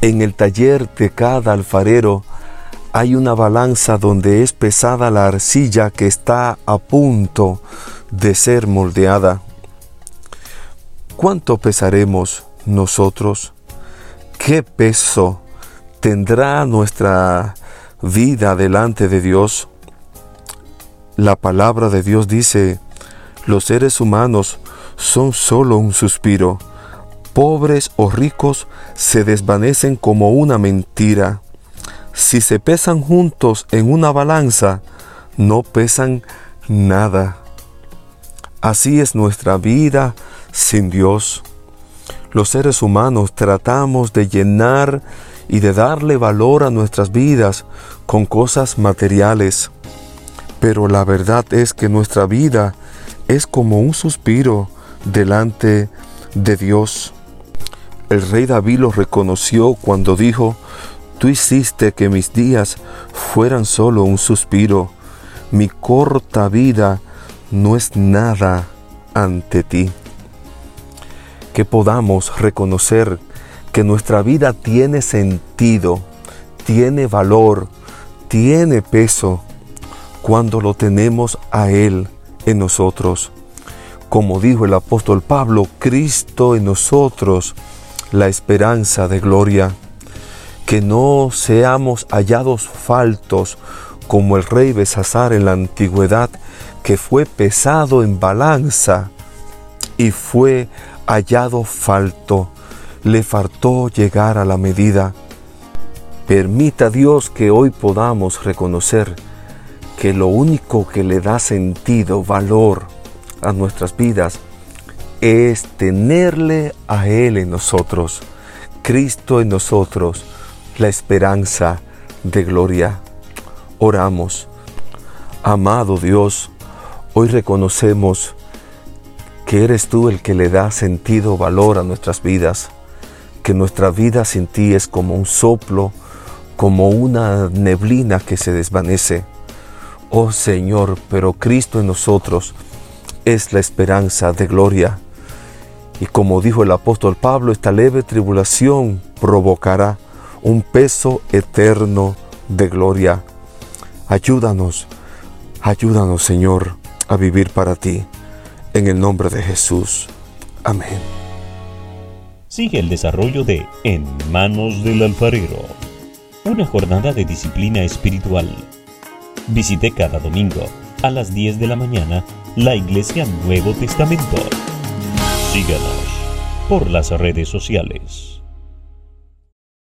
En el taller de cada alfarero hay una balanza donde es pesada la arcilla que está a punto de ser moldeada. ¿Cuánto pesaremos nosotros? ¿Qué peso tendrá nuestra vida delante de Dios? La palabra de Dios dice: los seres humanos son solo un suspiro. Pobres o ricos se desvanecen como una mentira. Si se pesan juntos en una balanza, no pesan nada. Así es nuestra vida sin Dios. Los seres humanos tratamos de llenar y de darle valor a nuestras vidas con cosas materiales. Pero la verdad es que nuestra vida es como un suspiro delante de Dios. El rey David lo reconoció cuando dijo: tú hiciste que mis días fueran solo un suspiro. Mi corta vida no es nada ante ti. Que podamos reconocer que nuestra vida tiene sentido, tiene valor, tiene peso cuando lo tenemos a Él en nosotros. Como dijo el apóstol Pablo: Cristo en nosotros, la esperanza de gloria. Que no seamos hallados faltos como el rey Belsasar en la antigüedad, que fue pesado en balanza y fue hallado falto, le faltó llegar a la medida. Permita Dios que hoy podamos reconocer que lo único que le da sentido, valor a nuestras vidas es tenerle a Él en nosotros, Cristo en nosotros, la esperanza de gloria. Oramos. Amado Dios, hoy reconocemos que eres tú el que le da sentido, valor a nuestras vidas, que nuestra vida sin ti es como un soplo, como una neblina que se desvanece. Oh Señor, pero Cristo en nosotros es la esperanza de gloria. Y como dijo el apóstol Pablo, esta leve tribulación provocará un peso eterno de gloria. Ayúdanos, Señor, a vivir para ti. En el nombre de Jesús. Amén. Sigue el desarrollo de En Manos del Alfarero, una jornada de disciplina espiritual. Visite cada domingo a las 10 de la mañana la Iglesia Nuevo Testamento. Síganos por las redes sociales.